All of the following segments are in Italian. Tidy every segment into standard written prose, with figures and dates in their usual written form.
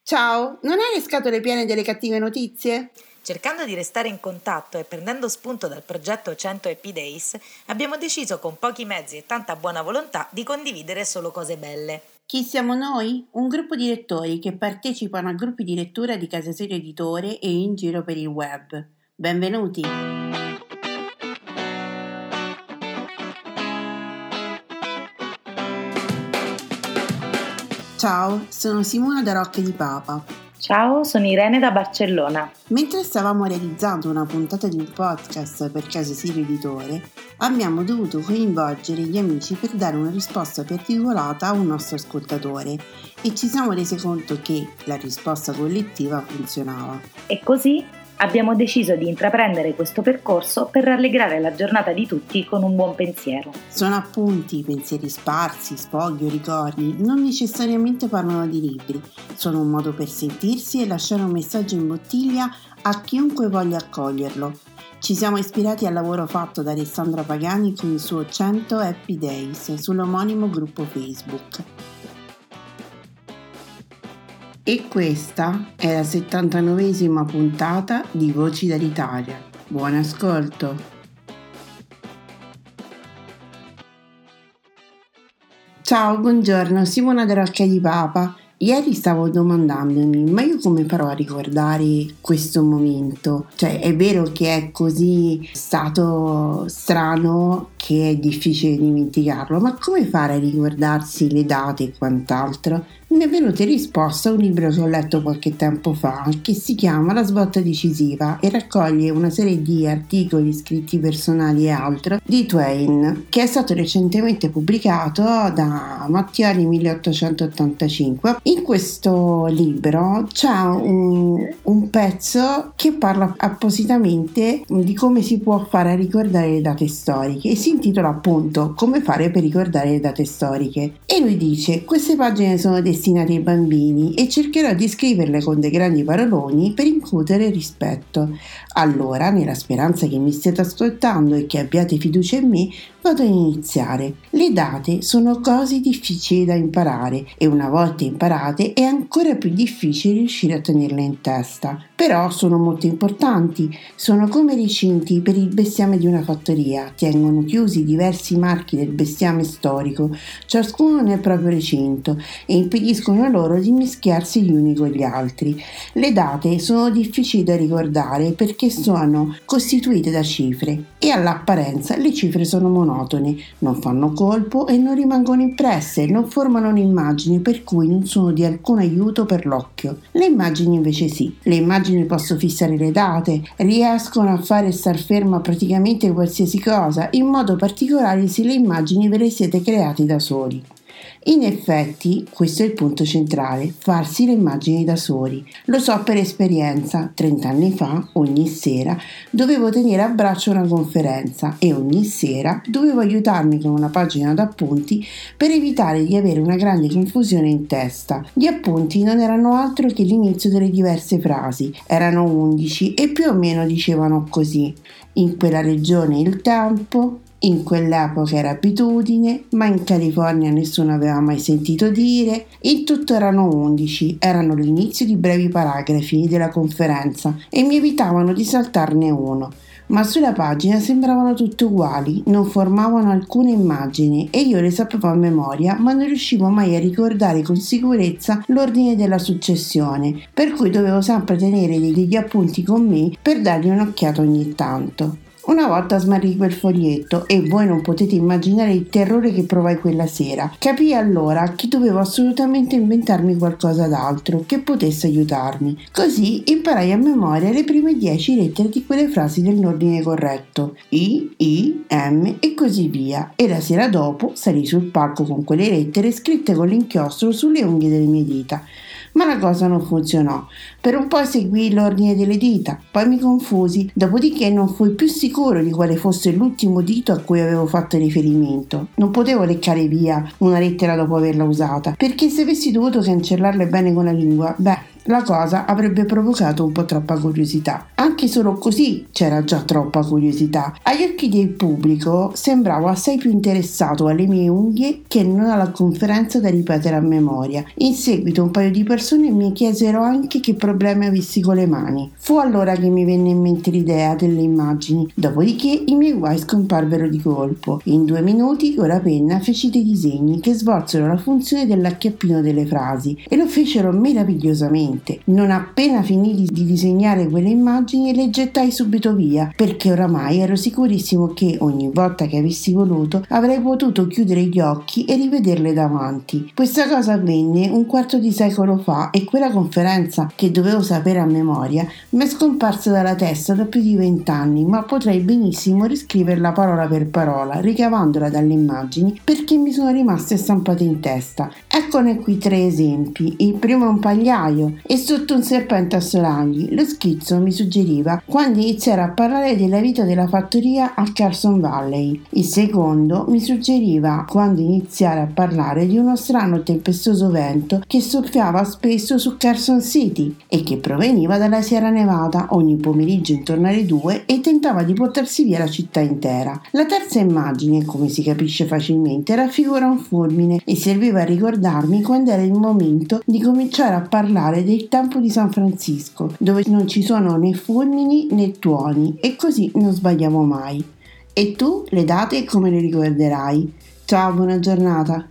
Ciao, non hai le scatole piene delle cattive notizie? Cercando di restare in contatto e prendendo spunto dal progetto 100 Happy Days, abbiamo deciso con pochi mezzi e tanta buona volontà di condividere solo cose belle. Chi siamo noi? Un gruppo di lettori che partecipano a gruppi di lettura di Casa Serio Editore e in giro per il web. Benvenuti! Ciao, sono Simona da Rocche di Papa. Ciao, sono Irene da Barcellona. Mentre stavamo realizzando una puntata di un podcast per Casa Serio Editore, abbiamo dovuto coinvolgere gli amici per dare una risposta più articolata a un nostro ascoltatore e ci siamo resi conto che la risposta collettiva funzionava. E così abbiamo deciso di intraprendere questo percorso per rallegrare la giornata di tutti con un buon pensiero. Sono appunti, pensieri sparsi, sfoghi o ricordi, non necessariamente parlano di libri, sono un modo per sentirsi e lasciare un messaggio in bottiglia a chiunque voglia accoglierlo. Ci siamo ispirati al lavoro fatto da Alessandra Pagani con il suo 100 Happy Days sull'omonimo gruppo Facebook. E questa è la 79esima puntata di Voci dall'Italia. Buon ascolto! Ciao, buongiorno, Simona da Rocche di Papa. Ieri stavo domandandomi, ma io come farò a ricordare questo momento? Cioè, è vero che è così stato strano che è difficile dimenticarlo, ma come fare a ricordarsi le date e quant'altro? Mi è venuta in risposta un libro che ho letto qualche tempo fa che si chiama La svolta decisiva e raccoglie una serie di articoli, scritti personali e altro di Twain, che è stato recentemente pubblicato da Mattioli 1885. In questo libro c'è un pezzo che parla appositamente di come si può fare a ricordare le date storiche e si intitola appunto Come fare per ricordare le date storiche. E lui dice: queste pagine sono destinate ai bambini e cercherò di scriverle con dei grandi paroloni per incutere rispetto. Allora, nella speranza che mi stiate ascoltando e che abbiate fiducia in me, vado ad iniziare. Le date sono cose difficili da imparare e una volta imparate è ancora più difficile riuscire a tenerle in testa. Però sono molto importanti, sono come recinti per il bestiame di una fattoria, tengono chiusi diversi marchi del bestiame storico, ciascuno nel proprio recinto, e impediscono loro di mischiarsi gli uni con gli altri. Le date sono difficili da ricordare perché sono costituite da cifre e all'apparenza le cifre sono monotone, non fanno colpo e non rimangono impresse, non formano un'immagine per cui non sono di alcun aiuto per l'occhio. Le immagini invece sì, le immagini posso fissare le date, riescono a fare star ferma praticamente qualsiasi cosa, in modo particolare se le immagini ve le siete create da soli. In effetti, questo è il punto centrale, farsi le immagini da soli. Lo so per esperienza, 30 anni fa, ogni sera, dovevo tenere a braccio una conferenza e ogni sera dovevo aiutarmi con una pagina d'appunti per evitare di avere una grande confusione in testa. Gli appunti non erano altro che l'inizio delle diverse frasi, erano 11 e più o meno dicevano così: in quella regione il tempo, in quell'epoca era abitudine, ma in California nessuno aveva mai sentito dire. In tutto erano 11, erano l'inizio di brevi paragrafi della conferenza e mi evitavano di saltarne uno. Ma sulla pagina sembravano tutte uguali, non formavano alcuna immagine e io le sapevo a memoria, ma non riuscivo mai a ricordare con sicurezza l'ordine della successione, per cui dovevo sempre tenere degli appunti con me per dargli un'occhiata ogni tanto. Una volta smarrì quel foglietto e voi non potete immaginare il terrore che provai quella sera. Capii allora che dovevo assolutamente inventarmi qualcosa d'altro che potesse aiutarmi. Così imparai a memoria le prime 10 lettere di quelle frasi nell'ordine corretto: I, M e così via. E la sera dopo salì sul palco con quelle lettere scritte con l'inchiostro sulle unghie delle mie dita. Ma la cosa non funzionò. Per un po' seguii l'ordine delle dita, poi mi confusi, dopodiché non fui più sicuro di quale fosse l'ultimo dito a cui avevo fatto riferimento. Non potevo leccare via una lettera dopo averla usata, perché se avessi dovuto cancellarle bene con la lingua, la cosa avrebbe provocato un po' troppa curiosità. anche solo così c'era già troppa curiosità. Agli occhi del pubblico sembravo assai più interessato alle mie unghie che non alla conferenza da ripetere a memoria. In seguito un paio di persone mi chiesero anche che problemi avessi con le mani. Fu allora che mi venne in mente l'idea delle immagini, dopodiché i miei guai scomparvero di colpo. In 2 minuti con la penna feci dei disegni che svolsero la funzione dell'acchiappino delle frasi e lo fecero meravigliosamente. Non appena finì di disegnare quelle immagini le gettai subito via, perché oramai ero sicurissimo che ogni volta che avessi voluto avrei potuto chiudere gli occhi e rivederle davanti. Questa cosa avvenne un quarto di secolo fa e quella conferenza, che dovevo sapere a memoria, mi è scomparsa dalla testa da più di 20 anni, ma potrei benissimo riscriverla parola per parola, ricavandola dalle immagini, perché mi sono rimaste stampate in testa. Eccone qui 3 esempi. Il primo è un pagliaio e sotto un serpente a solagli. Lo schizzo mi suggeriva quando iniziare a parlare della vita della fattoria a Carson Valley. Il secondo mi suggeriva quando iniziare a parlare di uno strano tempestoso vento che soffiava spesso su Carson City e che proveniva dalla Sierra Nevada ogni pomeriggio intorno alle 2 e tentava di portarsi via la città intera. La terza immagine, come si capisce facilmente, raffigura un fulmine e serviva a ricordarmi quando era il momento di cominciare a parlare del tempo di San Francisco, dove non ci sono né fulmini né tuoni, e così non sbagliamo mai. E tu le date come le ricorderai? Ciao, buona giornata!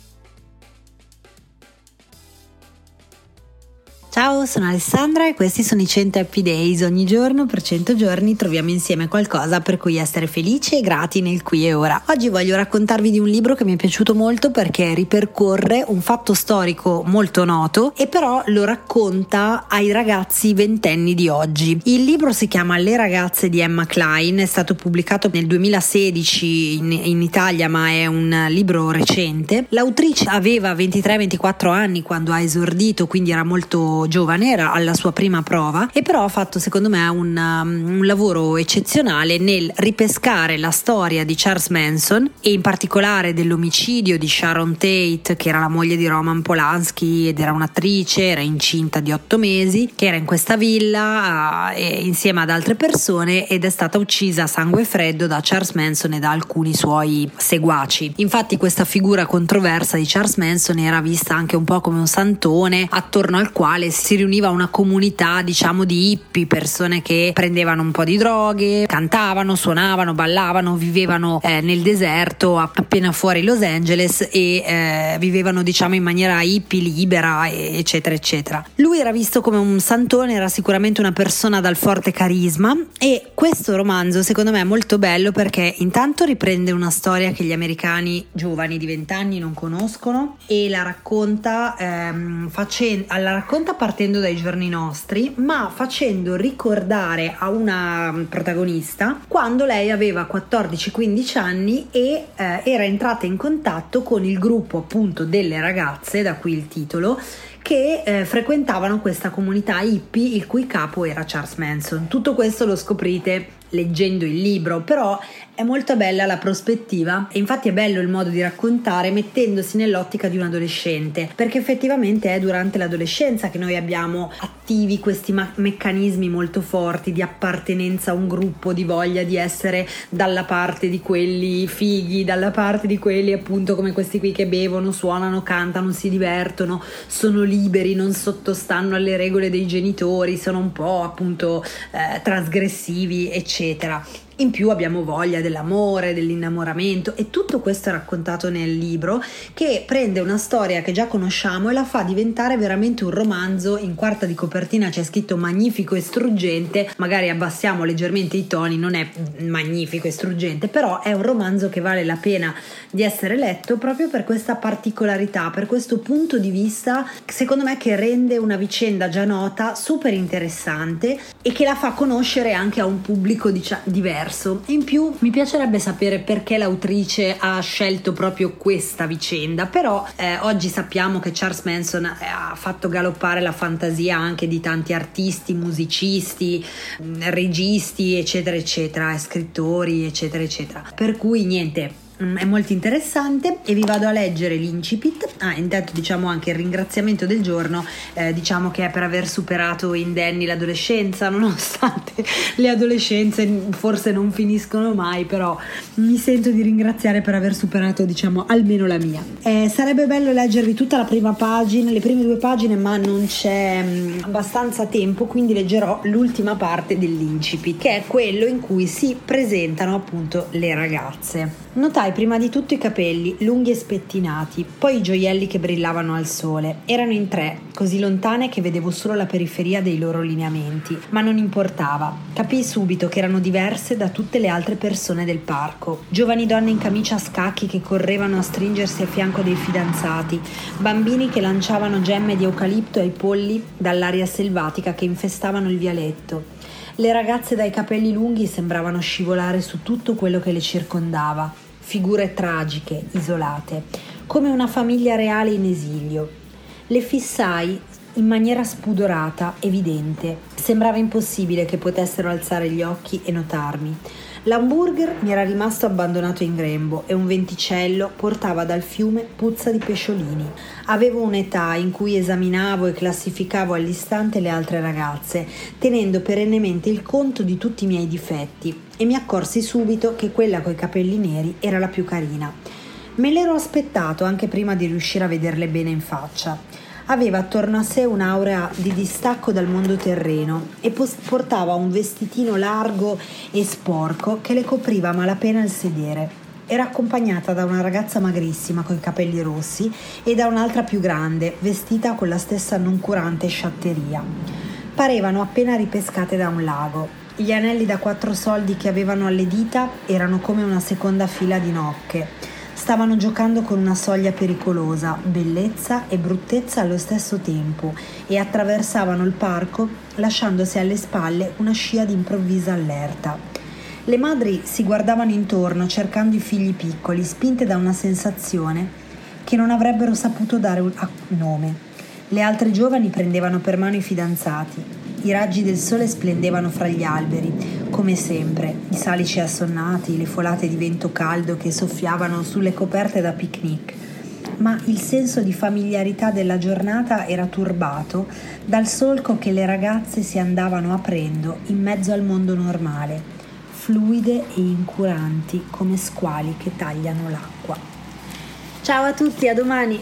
Ciao, sono Alessandra e questi sono i 100 Happy Days. Ogni giorno per 100 giorni troviamo insieme qualcosa per cui essere felici e grati nel qui e ora. Oggi voglio raccontarvi di un libro che mi è piaciuto molto perché ripercorre un fatto storico molto noto e però lo racconta ai ragazzi ventenni di oggi. Il libro si chiama Le ragazze di Emma Klein, è stato pubblicato nel 2016 in Italia, ma è un libro recente. L'autrice aveva 23-24 anni quando ha esordito, quindi era molto giovane, era alla sua prima prova, e però ha fatto secondo me un lavoro eccezionale nel ripescare la storia di Charles Manson e in particolare dell'omicidio di Sharon Tate, che era la moglie di Roman Polanski ed era un'attrice, era incinta di 8 mesi, che era in questa villa insieme ad altre persone ed è stata uccisa a sangue freddo da Charles Manson e da alcuni suoi seguaci. Infatti questa figura controversa di Charles Manson era vista anche un po' come un santone attorno al quale si riuniva una comunità, diciamo, di hippie, persone che prendevano un po' di droghe, cantavano, suonavano, ballavano, vivevano nel deserto appena fuori Los Angeles e vivevano, diciamo, in maniera hippie, libera, eccetera eccetera. Lui era visto come un santone, era sicuramente una persona dal forte carisma, e questo romanzo secondo me è molto bello perché intanto riprende una storia che gli americani giovani di 20 anni non conoscono e la racconta partendo dai giorni nostri, ma facendo ricordare a una protagonista quando lei aveva 14-15 anni e era entrata in contatto con il gruppo appunto delle ragazze, da qui il titolo, che frequentavano questa comunità hippie il cui capo era Charles Manson. Tutto questo lo scoprite leggendo il libro, però è molto bella la prospettiva e infatti è bello il modo di raccontare mettendosi nell'ottica di un adolescente, perché effettivamente è durante l'adolescenza che noi abbiamo attivi questi meccanismi molto forti di appartenenza a un gruppo, di voglia di essere dalla parte di quelli fighi, dalla parte di quelli appunto come questi qui che bevono, suonano, cantano, si divertono, sono liberi, non sottostanno alle regole dei genitori, sono un po' appunto trasgressivi, eccetera. In più abbiamo voglia dell'amore, dell'innamoramento, e tutto questo è raccontato nel libro, che prende una storia che già conosciamo e la fa diventare veramente un romanzo. In quarta di copertina c'è scritto magnifico e struggente, magari abbassiamo leggermente i toni, non è magnifico e struggente, però è un romanzo che vale la pena di essere letto proprio per questa particolarità, per questo punto di vista, secondo me, che rende una vicenda già nota super interessante e che la fa conoscere anche a un pubblico diverso. In più mi piacerebbe sapere perché l'autrice ha scelto proprio questa vicenda, però oggi sappiamo che Charles Manson ha fatto galoppare la fantasia anche di tanti artisti, musicisti, registi, eccetera eccetera, scrittori, eccetera eccetera, per cui niente, è molto interessante e vi vado a leggere l'incipit. Intanto diciamo anche il ringraziamento del giorno, diciamo che è per aver superato indenni l'adolescenza, nonostante le adolescenze forse non finiscono mai, però mi sento di ringraziare per aver superato, diciamo, almeno la mia. Sarebbe bello leggervi tutta la prima pagina, le prime 2 pagine, ma non c'è abbastanza tempo, quindi leggerò l'ultima parte dell'incipit, che è quello in cui si presentano appunto le ragazze. Notai prima di tutto i capelli lunghi e spettinati, poi i gioielli che brillavano al sole. Erano in 3, così lontane che vedevo solo la periferia dei loro lineamenti, ma non importava. Capii subito che erano diverse da tutte le altre persone del parco. Giovani donne in camicia a scacchi che correvano a stringersi a fianco dei fidanzati, bambini che lanciavano gemme di eucalipto ai polli dall'aria selvatica che infestavano il vialetto. Le ragazze dai capelli lunghi sembravano scivolare su tutto quello che le circondava, figure tragiche, isolate, come una famiglia reale in esilio. Le fissai in maniera spudorata, evidente. Sembrava impossibile che potessero alzare gli occhi e notarmi. L'hamburger mi era rimasto abbandonato in grembo e un venticello portava dal fiume puzza di pesciolini. Avevo un'età in cui esaminavo e classificavo all'istante le altre ragazze, tenendo perennemente il conto di tutti i miei difetti, e mi accorsi subito che quella coi capelli neri era la più carina. Me l'ero aspettato anche prima di riuscire a vederle bene in faccia. Aveva attorno a sé un'aurea di distacco dal mondo terreno e portava un vestitino largo e sporco che le copriva a malapena il sedere. Era accompagnata da una ragazza magrissima coi capelli rossi e da un'altra più grande, vestita con la stessa noncurante sciatteria. Parevano appena ripescate da un lago. Gli anelli da 4 soldi che avevano alle dita erano come una seconda fila di nocche. Stavano giocando con una soglia pericolosa, bellezza e bruttezza allo stesso tempo, e attraversavano il parco lasciandosi alle spalle una scia di improvvisa allerta. Le madri si guardavano intorno cercando i figli piccoli, spinte da una sensazione che non avrebbero saputo dare un nome. Le altre giovani prendevano per mano i fidanzati. I raggi del sole splendevano fra gli alberi, come sempre, i salici assonnati, le folate di vento caldo che soffiavano sulle coperte da picnic. Ma il senso di familiarità della giornata era turbato dal solco che le ragazze si andavano aprendo in mezzo al mondo normale, fluide e incuranti come squali che tagliano l'acqua. Ciao a tutti, a domani!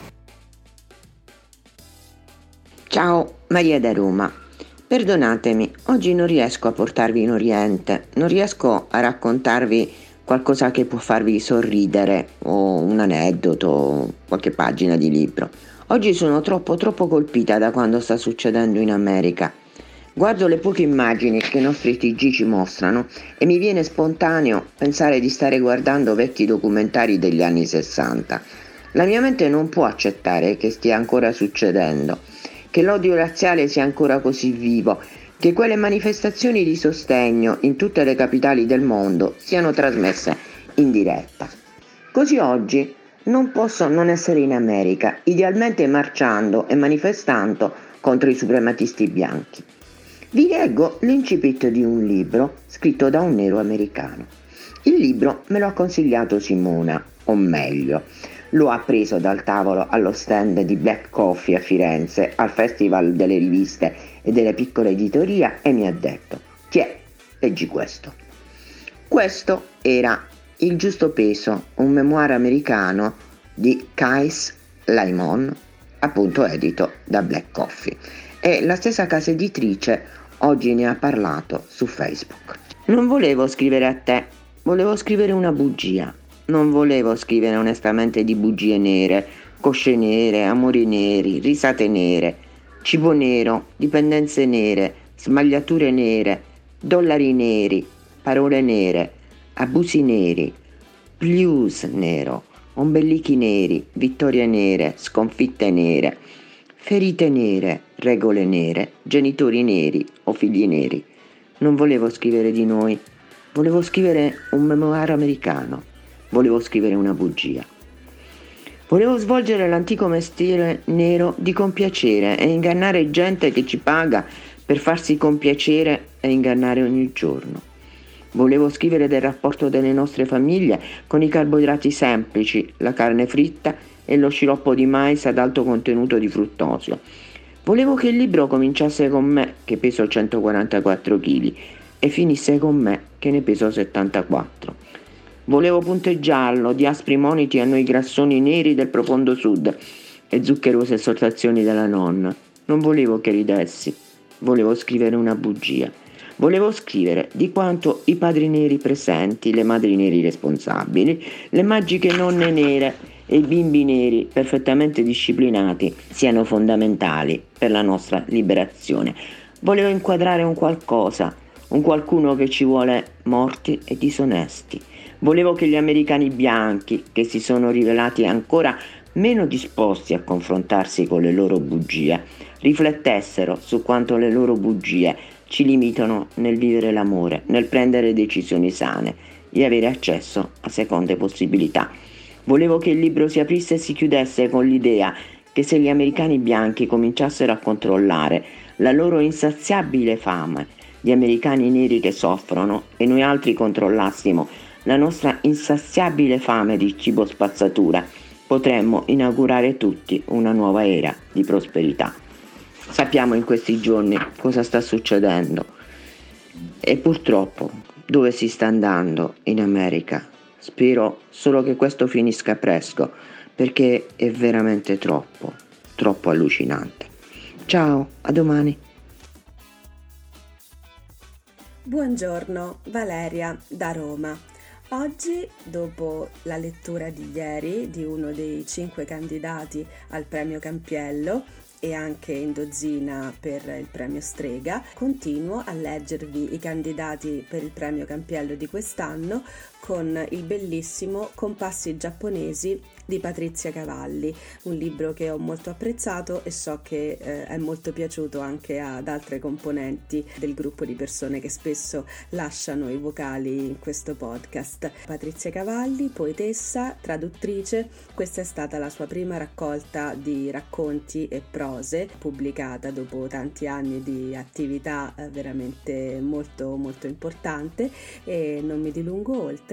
Ciao, Maria da Roma. Perdonatemi, oggi non riesco a portarvi in Oriente, non riesco a raccontarvi qualcosa che può farvi sorridere o un aneddoto o qualche pagina di libro. Oggi sono troppo colpita da quanto sta succedendo in America. Guardo le poche immagini che i nostri TG ci mostrano e mi viene spontaneo pensare di stare guardando vecchi documentari degli anni 60. La mia mente non può accettare che stia ancora succedendo, che l'odio razziale sia ancora così vivo, che quelle manifestazioni di sostegno in tutte le capitali del mondo siano trasmesse in diretta. Così oggi non posso non essere in America, idealmente marciando e manifestando contro i suprematisti bianchi. Vi leggo l'incipit di un libro scritto da un nero americano. Il libro me lo ha consigliato Simona, o meglio, lo ha preso dal tavolo allo stand di Black Coffee a Firenze, al Festival delle riviste e delle piccole editorie, e mi ha detto: tiè, leggi questo. Questo era Il giusto peso, un memoir americano di Kais Limon, appunto edito da Black Coffee. E la stessa casa editrice oggi ne ha parlato su Facebook. Non volevo scrivere a te, volevo scrivere una bugia. Non volevo scrivere onestamente di bugie nere, cosce nere, amori neri, risate nere, cibo nero, dipendenze nere, smagliature nere, dollari neri, parole nere, abusi neri, blues nero, ombelichi neri, vittorie nere, sconfitte nere, ferite nere, regole nere, genitori neri o figli neri. Non volevo scrivere di noi, volevo scrivere un memoir americano. Volevo scrivere una bugia. Volevo svolgere l'antico mestiere nero di compiacere e ingannare gente che ci paga per farsi compiacere e ingannare ogni giorno. Volevo scrivere del rapporto delle nostre famiglie con i carboidrati semplici, la carne fritta e lo sciroppo di mais ad alto contenuto di fruttosio. Volevo che il libro cominciasse con me, che peso 144 kg, e finisse con me, che ne peso 74. Volevo punteggiarlo di aspri moniti a noi grassoni neri del profondo sud e zuccherose esortazioni della nonna. Non volevo che ridessi, volevo scrivere una bugia. Volevo scrivere di quanto i padri neri presenti, le madri neri responsabili, le magiche nonne nere e i bimbi neri perfettamente disciplinati siano fondamentali per la nostra liberazione. Volevo inquadrare un qualcosa, un qualcuno che ci vuole morti e disonesti. Volevo che gli americani bianchi, che si sono rivelati ancora meno disposti a confrontarsi con le loro bugie, riflettessero su quanto le loro bugie ci limitano nel vivere l'amore, nel prendere decisioni sane e avere accesso a seconde possibilità. Volevo che il libro si aprisse e si chiudesse con l'idea che se gli americani bianchi cominciassero a controllare la loro insaziabile fame di americani neri che soffrono e noi altri controllassimo la nostra insaziabile fame di cibo spazzatura, potremmo inaugurare tutti una nuova era di prosperità. Sappiamo in questi giorni cosa sta succedendo e purtroppo dove si sta andando in America. Spero solo che questo finisca presto, perché è veramente troppo allucinante. Ciao, a domani. Buongiorno, Valeria da Roma. Oggi, dopo la lettura di ieri di uno dei 5 candidati al premio Campiello e anche in dozzina per il premio Strega, continuo a leggervi i candidati per il premio Campiello di quest'anno con il bellissimo Compassi giapponesi di Patrizia Cavalli, un libro che ho molto apprezzato e so che è molto piaciuto anche ad altre componenti del gruppo di persone che spesso lasciano i vocali in questo podcast. Patrizia Cavalli, poetessa, traduttrice, questa è stata la sua prima raccolta di racconti e prose pubblicata dopo tanti anni di attività veramente molto molto importante, e non mi dilungo oltre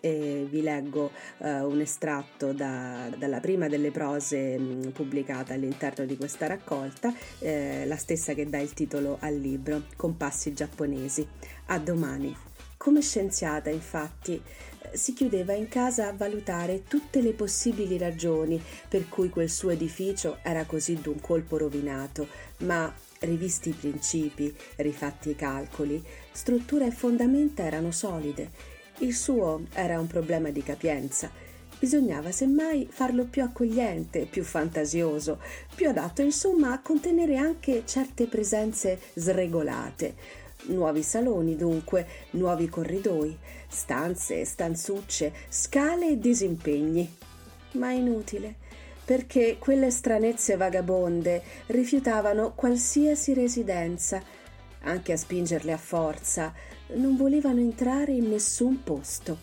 e vi leggo un estratto dalla prima delle prose pubblicata all'interno di questa raccolta, la stessa che dà il titolo al libro, Compassi giapponesi. A domani. Come scienziata, infatti, si chiudeva in casa a valutare tutte le possibili ragioni per cui quel suo edificio era così d'un colpo rovinato, ma rivisti i principi, rifatti i calcoli, struttura e fondamenta erano solide. Il suo era un problema di capienza. Bisognava semmai farlo più accogliente, più fantasioso, più adatto insomma a contenere anche certe presenze sregolate. Nuovi saloni dunque, nuovi corridoi, stanze, stanzucce, scale e disimpegni. Ma inutile, perché quelle stranezze vagabonde rifiutavano qualsiasi residenza. Anche a spingerle a forza, non volevano entrare in nessun posto.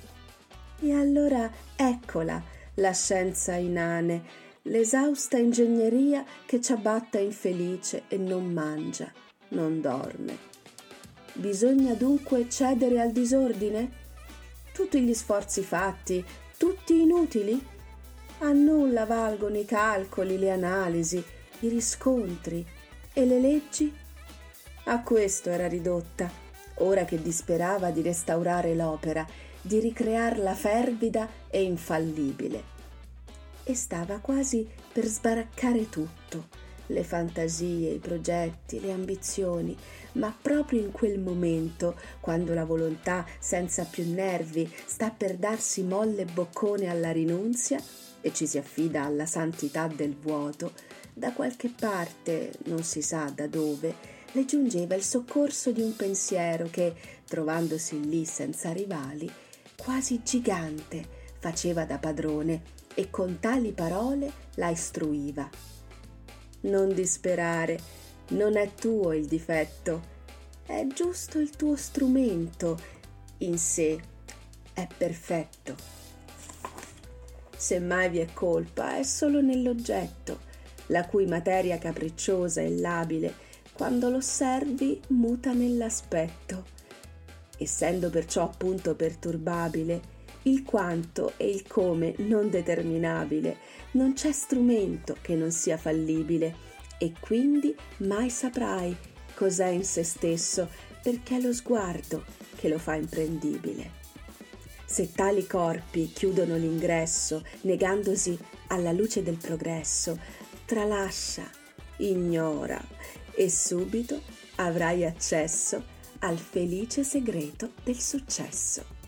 E allora eccola, la scienza inane, l'esausta ingegneria che ciabatta infelice e non mangia, non dorme. Bisogna dunque cedere al disordine? Tutti gli sforzi fatti, tutti inutili? A nulla valgono i calcoli, le analisi, i riscontri e le leggi? A questo era ridotta, ora che disperava di restaurare l'opera, di ricrearla fervida e infallibile. E stava quasi per sbaraccare tutto, le fantasie, i progetti, le ambizioni, ma proprio in quel momento, quando la volontà, senza più nervi, sta per darsi molle boccone alla rinunzia e ci si affida alla santità del vuoto, da qualche parte, non si sa da dove, le giungeva il soccorso di un pensiero che, trovandosi lì senza rivali, quasi gigante, faceva da padrone e con tali parole la istruiva. Non disperare, non è tuo il difetto, è giusto il tuo strumento, in sé è perfetto. Se mai vi è colpa, è solo nell'oggetto, la cui materia capricciosa e labile, quando l'osservi, muta nell'aspetto. essendo perciò appunto perturbabile, il quanto e il come non determinabile, non c'è strumento che non sia fallibile e quindi mai saprai cos'è in se stesso, perché è lo sguardo che lo fa imprendibile. Se tali corpi chiudono l'ingresso, negandosi alla luce del progresso, tralascia, ignora e subito avrai accesso al felice segreto del successo.